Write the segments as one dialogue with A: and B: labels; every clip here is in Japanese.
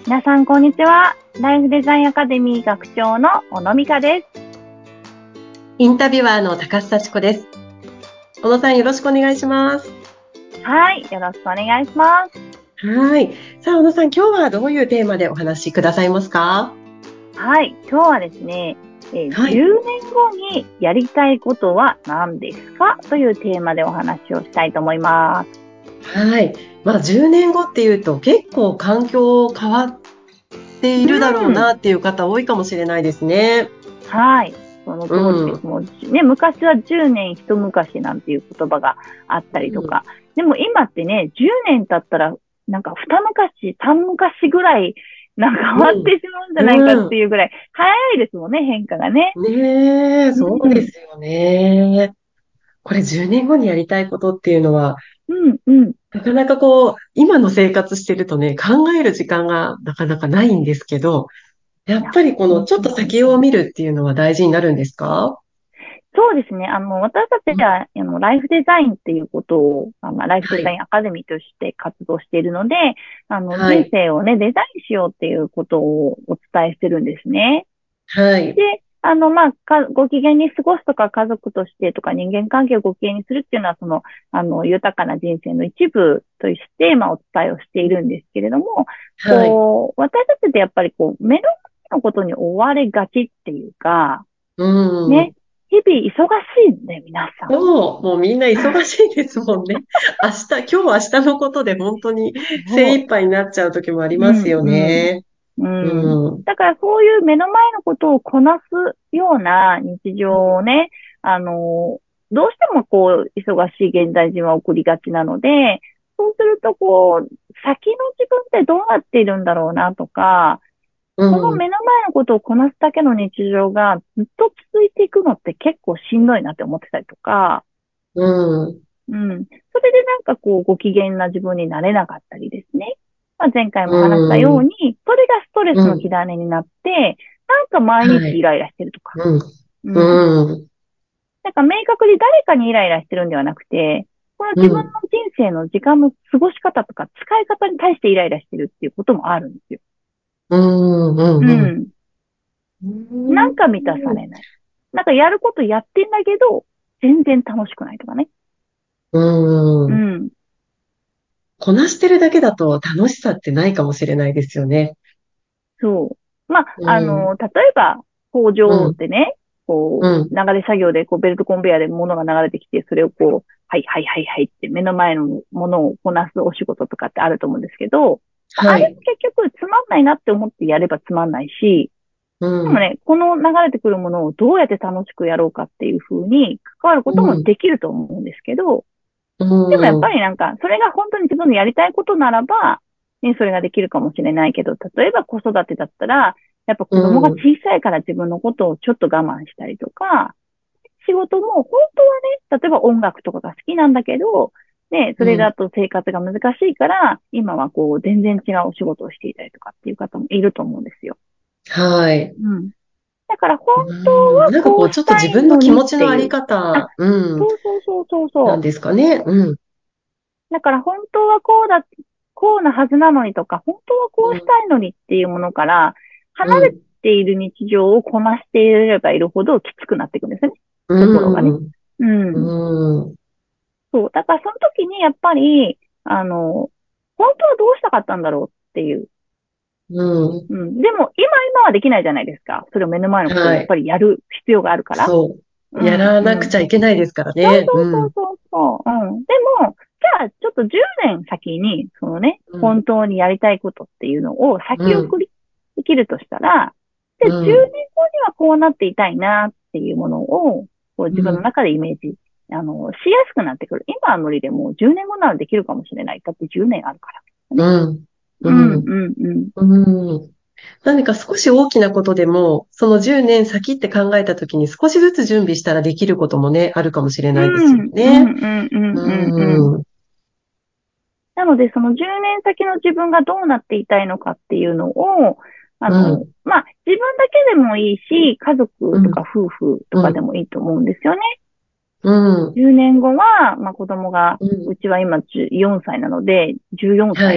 A: 皆さん、こんにちは。ライフデザインアカデミー学長の小野美香です。
B: インタビュアーの高須幸子です。小野さん、よろしくお願いします。
A: はい、よろしくお願いします。
B: はい。さあ、小野さん、今日はどういうテーマでお話しくださいますか？
A: はい、今日はですね、10
B: はい。
A: 年後にやりたいことは何ですかというテーマでお話をしたいと思います。
B: はい。10年後っていうと結構環境変わっているだろう
A: うん、
B: なっていう方多いかもしれないですね。
A: はい、その通
B: う
A: りです。
B: ん。
A: もうね、昔は10年一昔なんていう言葉があったりと
B: うん。
A: か、でも今ってね、10年経ったら、なんか二昔、三昔ぐらい、なんか変わってしまうんじゃないかっ
B: うん。
A: ていうぐらい、早いですもんね、変化がね。
B: ねえ、
A: う
B: そうで
A: ん、
B: すよね。これ10年後にやりたいことっていうのは、
A: うん、うん。
B: なかなか今の生活してるとね、考える時間がなかなかないんですけど、や
A: いや、
B: っぱりこの
A: 本
B: ちょっと
A: 当に本当に。
B: 先を見るっていうのは大事になるんですか？
A: そうですね。私た
B: うん。
A: ちは、ライフデザインっていうことを、ライフデ
B: はい。
A: ザインアカデミーとして活動しているので、人
B: はい。
A: 生をね、デザインしようっていうことをお伝えしてるんですね。
B: はい。
A: で、ご機嫌に過ごすとか、家族としてとか、人間関係をご機嫌にするっていうのは、豊かな人生の一部として、お伝えをしているんですけれども、
B: はい。
A: 私たちってやっぱり目の前のことに追われがちっていうか、
B: う
A: ね、
B: ん。
A: 日々忙しいんで、皆さん。
B: そう、もうみんな忙しいですもんね。今日明日のことで本当に精
A: そ
B: 一杯になっちゃう時もあり
A: う。うん、
B: ますよ
A: うん、
B: ね。
A: うん。
B: うん。うん。
A: だからそういう目の前のことをこなすような日常をね、あの、どうしても忙しい現代人は送りがちなので、そうすると先の自分ってどうなっているんだろうなとか、
B: うん。
A: その目の前のことをこなすだけの日常がずっと続いていくのって結構しんどいなって思ってたりとか、
B: うん。
A: うん。それでなんかご機嫌な自分になれなかったりですね。前回も話した
B: うん。
A: ように、それがストレスの火
B: うん。
A: 種になって、なんか毎日
B: はい。
A: イライラしてるとか。
B: うん。
A: うん。
B: うん。
A: なんか明確に誰かにイライラしてるんではなくて、この自分の
B: うん。
A: 人生の時間の過ごし方とか使い方に対してイライラしてるっていうこともあるんですよ。
B: うん。
A: う
B: うん。
A: ん。
B: うん。
A: なんか満たされない。なんかやることやってんだけど、全然楽しくないとかね。
B: うん。
A: うん。
B: こなしてるだけだと楽しさってないかもしれないですよね。
A: そう。
B: うん。
A: 例えば、工
B: うん。
A: 場でね、
B: うん。
A: 流れ作業で、ベルトコンベヤーで物が流れてきて、それをはいはいはいはいって目の前のものをこなすお仕事とかってあると思うんですけど、あれも
B: はい。
A: 結局つまんないなって思ってやればつまんないし、
B: うん。
A: でもね、この流れてくるものをどうやって楽しくやろうかっていうふうに関わることも
B: うん。
A: できると思うんですけど、
B: う
A: でもやっぱ
B: ん。
A: りなんか、それが本当に自分のやりたいことならば、ね、それができるかもしれないけど、例えば子育てだったら、やっぱ
B: う
A: 子供が
B: ん。
A: 小さいから自分のことをちょっと我慢したりとか、仕事も本当はね、例えば音楽とかが好きなんだけど、ね、それ
B: うん。
A: だと生活が難しいから、今は全然違うお仕事をしていたりとかっていう方もいると思うんですよ。
B: はい。
A: うん。だから本
B: う
A: 当
B: ん。
A: はこうし
B: ちょっと自分の
A: たいのにっ
B: 気持ちのあり
A: ていう。あ、
B: 方、
A: そうそうそうそう
B: なん
A: そう。
B: ですかね。うん。
A: だから本当はこうなはずなのにとか、本当はこうした
B: うん。
A: いのにっていうものから、離れ
B: うん。
A: ている日常をこなしていればいるほどきつくなっていくんですよね。
B: う
A: 心がね。
B: ん。
A: うん。
B: うん。
A: そう。だからその時にやっぱり、本当はどうしたかったんだろうっていう。
B: うん。
A: うん。でも今はできないじゃないですか。それを目の前のことをやっ
B: はい。
A: ぱりやる必要があるから。
B: そう。や
A: うん、
B: らなく
A: うん。
B: ちゃいけないですから
A: そう
B: ね。
A: そうそ
B: うん。
A: うそうそう。うん。でも、じゃあ、ちょっと10年先に、そのね、
B: うん。
A: 本当にやりたいことっていうのを
B: うん。
A: 先送りできるとしたら、で、10
B: うん。
A: 年後にはこうなっていたいなっていうものを、自分の
B: うん。
A: 中でイメージ、しやすくなってくる。今は無理でも10年後ならできるかもしれない。だって10年あるからね。
B: うん。
A: うん、
B: うん。
A: うん、うん。
B: うん。何か少し大きなことでも、その10年先って考えたときに少しずつ準備したらできることもね、あるかもしれ
A: う
B: ないですよ
A: ん、う
B: ね。
A: ん、うん、うん、うん、うん。
B: うん。
A: なので、その10年先の自分がどうなっていたいのかっていうのを、
B: うん。
A: 自分だけでもいいし、家族とか
B: うん。
A: 夫婦と
B: うん。
A: かでもいいと思うんですよね。
B: うん。
A: 10年後は、子供が、
B: うん。
A: うちは今14歳なので、14歳
B: はい。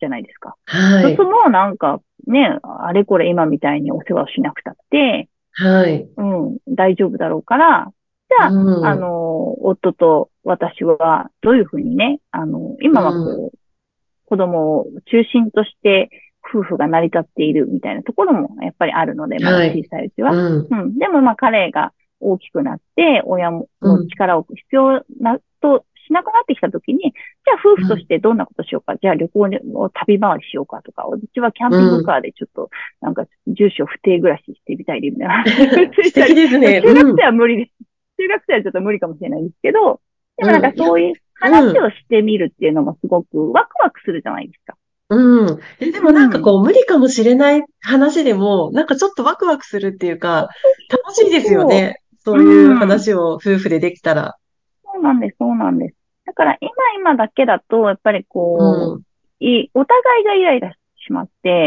A: じゃないですか。
B: はい。
A: そうするともうなんかね、あれこれ今みたいにお世話をしなくたって、
B: はい。
A: うん、大丈夫だろうから、じ
B: う
A: ゃあ、
B: ん。
A: 夫と私はどういうふうにね、
B: う
A: 今は
B: ん。
A: こう、子供を中心として夫婦が成り立っているみたいなところもやっぱりあるので、まだ
B: はい。
A: 小さいうちは。
B: うん。
A: うん。でもまあ彼が大きくなって、親もの
B: うん。
A: 力を必要なとしなくなってきたときに、じゃあ夫婦とし
B: うん。
A: てどんなことしようか。じゃあ旅行を旅回りしようかとか、うちはキャン
B: う
A: ピングカ
B: ん。
A: ーでちょっとなんか住所不定暮らししてみたいでみたいな話をつ
B: 素
A: いたり、
B: 敵ですね。
A: 中学
B: うん。
A: 生は無理です。中学生はちょっと無理かもしれないですけど、でもなん
B: うん。いや、
A: かそういう話
B: うん。
A: をしてみるっていうのもすごくワクワクするじゃないですか。
B: うん。で
A: うん。
B: もなんかこう、無理かもしれない話でも、なんかちょっとワクワクするっていうか、楽しいですよ
A: そう。
B: ね。そ
A: う
B: ういう
A: ん。
B: 話を夫婦でできたら。
A: そうなんです、そうなんです。だから今だけだと、やっぱり
B: う
A: こ
B: ん。
A: う、お互いがイライラしてしまって、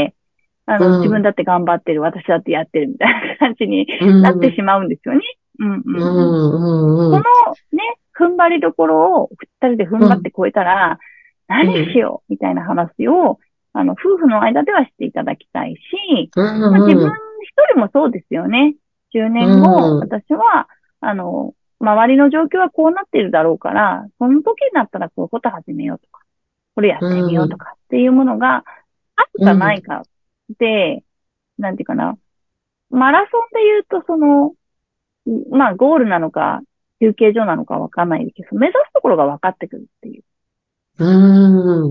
B: う
A: 自分
B: ん。
A: だって頑張ってる、私だってやってるみたいな感じに
B: う
A: なってし
B: ん。
A: まうんですよね。うんうん
B: う
A: うん。
B: ん。
A: こ
B: うん。
A: のね、踏ん張りどころを二人で踏
B: うん。
A: ん張って超えたら、何
B: うん。
A: しようみたいな話を、夫婦の間ではしていただきたいし、
B: う
A: まあ、自分
B: ん。
A: 一人もそうですよね。10
B: う
A: 年後、
B: ん。
A: 私は、周りの状況はこうなっているだろうから、その時になったらこういうこと始めようとか、これやってみようと
B: うん。
A: かっていうものがあるか
B: うん。
A: ないかで、なんていうかな、マラソンで言うとまあゴールなのか、休憩所なのかわかんないけど、目指すところが分かってくるっていう。
B: うん。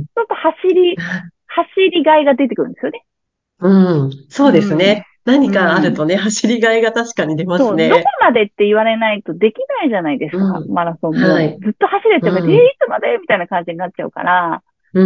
A: ちょっと走りがいが出てくるんですよね。
B: うん。そ
A: う
B: うですね。
A: ん。
B: 何かあ
A: うん。
B: るとね、走りがいが確かに出ます
A: そう、どこ
B: ね。
A: までって言われないとできないじゃないですか、
B: うん。
A: マラソンも。
B: はい。
A: ずっと走れって言われて、い
B: うん。
A: つまでみたいな感じになっちゃうから、
B: うん。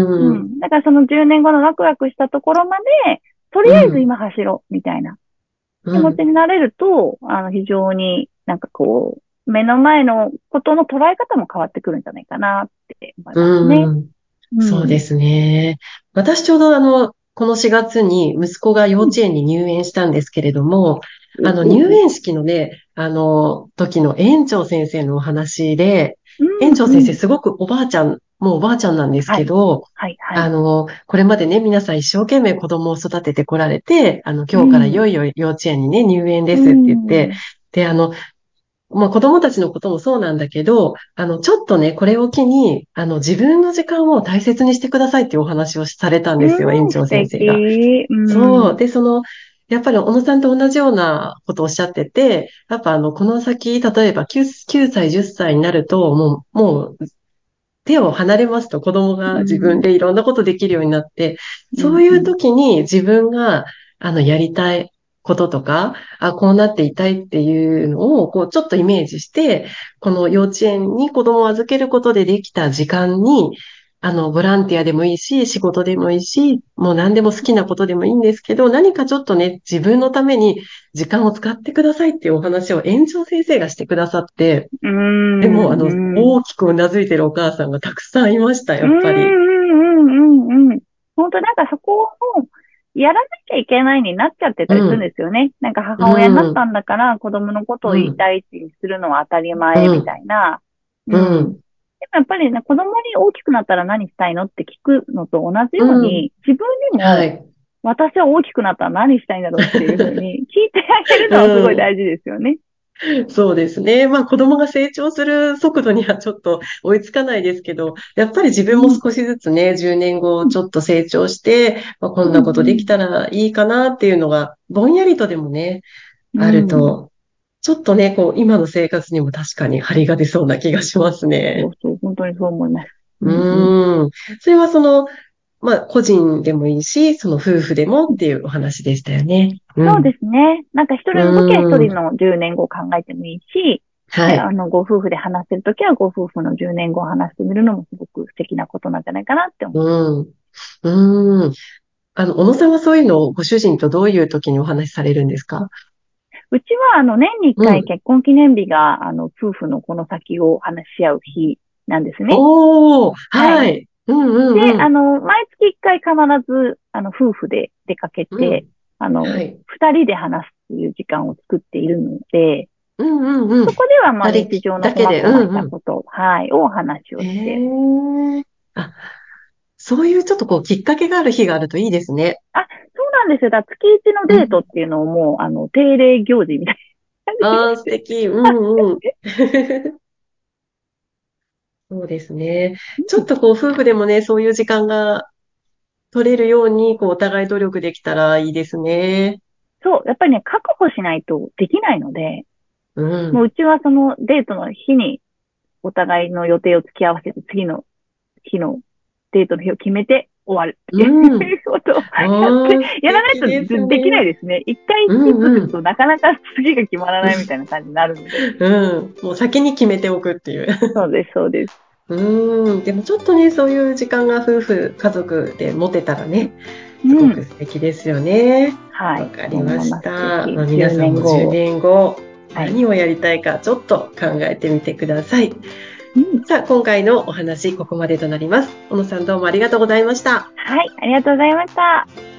A: うん。だからその10年後のワクワクしたところまで、とり
B: う
A: あえず
B: ん。
A: 今走ろう、みたいな気持ち
B: うん。
A: になれると、非常になんかこう、目の前のことの捉え方も変わってくるんじゃないかなって思いますね。
B: うん。
A: うん。
B: そうですね。私ちょうどこの4月に息子が幼
A: うん。
B: 稚園に入園したんですけれども、
A: おおお。
B: 入園式のね、時の園長先生のお話で、
A: うん、
B: 園長先生
A: うん。
B: すごくおばあちゃん、もうおばあちゃんなんです
A: はい。
B: けど、
A: はい、はい。
B: これまでね、皆さん一生懸命子供を育ててこられて、今日からい
A: うん。
B: よいよ幼稚園にね、入園で
A: う
B: すって言って、
A: ん。
B: で、まあ、子供たちのこともそうなんだけど、ちょっとね、これを機に、自分の時間を大切にしてくださいっていうお話をされたん
A: う
B: ですよ、園
A: ん、素
B: 長先生が。
A: 敵。う
B: そう。
A: ん。
B: で、やっぱり小野さんと同じようなことをおっしゃってて、やっぱこの先、例えば9歳、10歳になると、もう手を離れますと子供
A: う
B: が自分
A: ん。
B: でいろんなことできるようになって、
A: うん。
B: そういう
A: うん。
B: 時に自分が、やりたいこととか、こうなっていたいっていうのを、こう、ちょっとイメージして、この幼稚園に子供を預けることでできた時間に、ボランティアでもいいし、仕事でもいいし、もう何でも好きなことでもいいんですけど、何かちょっとね、自分のために時間を使ってくださいっていうお話を園長先生がしてくださって、
A: う
B: でも、
A: ん。うん。
B: 大きくうなずいてるお母さんがたくさんいました、
A: うん。
B: やっぱり。
A: うん。うん。うん。本当なんかそこをやらなきゃいけないになっちゃってたりするん
B: うん、
A: ですよね。なんか母親にな
B: うん、
A: ったんだから子供のことを言い
B: うん、
A: たいってするのは当たり前みた
B: うん、
A: いな。う
B: う
A: ん。でも
B: ん、
A: やっぱりね、子供に大きくなったら何したいのって聞くのと同じ
B: う
A: よう
B: ん。
A: に、自分にも
B: はい。
A: 私は大きくなったら何したいんだろうっていうふうに聞いてあげるのはすごい
B: うん。
A: 大事ですよね。
B: そうですね。まあ子供が成長する速度にはちょっと追いつかないですけど、やっぱり自分も
A: うん。
B: 少しずつね、10年後
A: うん。
B: ちょっと成長して、まあ、こん
A: うん。
B: なことでき
A: うん。
B: たらいいかなっていうのが、ぼんやりとでもね、
A: う
B: ある
A: ん。
B: と、ちょっとね、こう、今の生活にも確かに張りが出そうな気がしますね。
A: そうそう、本当にそう思います。うんうん。
B: うーん。それはまあ、個人でもいいし、その夫婦でもっていうお話でしたよね。うん。
A: そうですね。なんか一
B: う
A: 人の時は一
B: ーん。
A: 人の10年後を考えてもいいし、で、
B: はい。
A: ご夫婦で話せる時はご夫婦の10年後を話してみるのもすごく素敵なことなんじゃないかなって思う。
B: うん。うーん。小野さんはそういうのをご主人とどういう時にお話しされるんですか？
A: うちは、年に1
B: うん。
A: 回結婚記念日が、夫婦のこの先を話し合う日なんですね。
B: おー、
A: はい。
B: はい。うん
A: で、
B: うんうん。
A: 毎月1回必ず、夫婦で出かけて、
B: うん。はい。
A: 2人で話すっていう時間を作っているので、
B: うんうんうん。
A: そこでは、まあ、
B: 二人
A: 日常の
B: だけで、
A: 細々
B: うんうん。
A: したこと、はい、をお話を
B: へ
A: して。
B: え。あ、 そういうちょっとこう、きっかけがある日があるといいですね。
A: あ、そうなんですよ。だから月一のデートっ
B: うん。
A: ていうのをもう、定例行事みたいな感じに
B: ああ、素
A: して。
B: 敵。うんうん。そうですね。ちょっとこう、夫婦でもね、そういう時間が取れるように、こう、お互い努力できたらいいですね。
A: そう、やっぱりね、確保しないとできないので、
B: うん。
A: もううちはそのデートの日にお互いの予定を付き合わせて、次の日のデートの日を決めて終わるって
B: うん。
A: いうことをやって、
B: ああ、素
A: やらないと
B: 敵です
A: できな
B: ね。
A: いですね。一回
B: う
A: スキップす
B: んうん。
A: るとなかなか次が決まらないみたいな感じになるので。
B: うん。もう先に決めておくっていう。
A: そうです、そうです。
B: でもちょっとね、そういう時間が夫婦、家族で持てたらね、すご
A: うん。
B: く素敵ですよね。わ
A: はい。
B: かりま
A: そう思います。ぜ
B: した。
A: ひ、10
B: 皆さんも10
A: 年後を。
B: 年後、
A: はい。
B: 何をやりたいかちょっと考えてみてください。
A: うん。
B: さあ、今回のお話、ここまでとなります。小野さんどうもありがとうございました。
A: はい。ありがとうございました。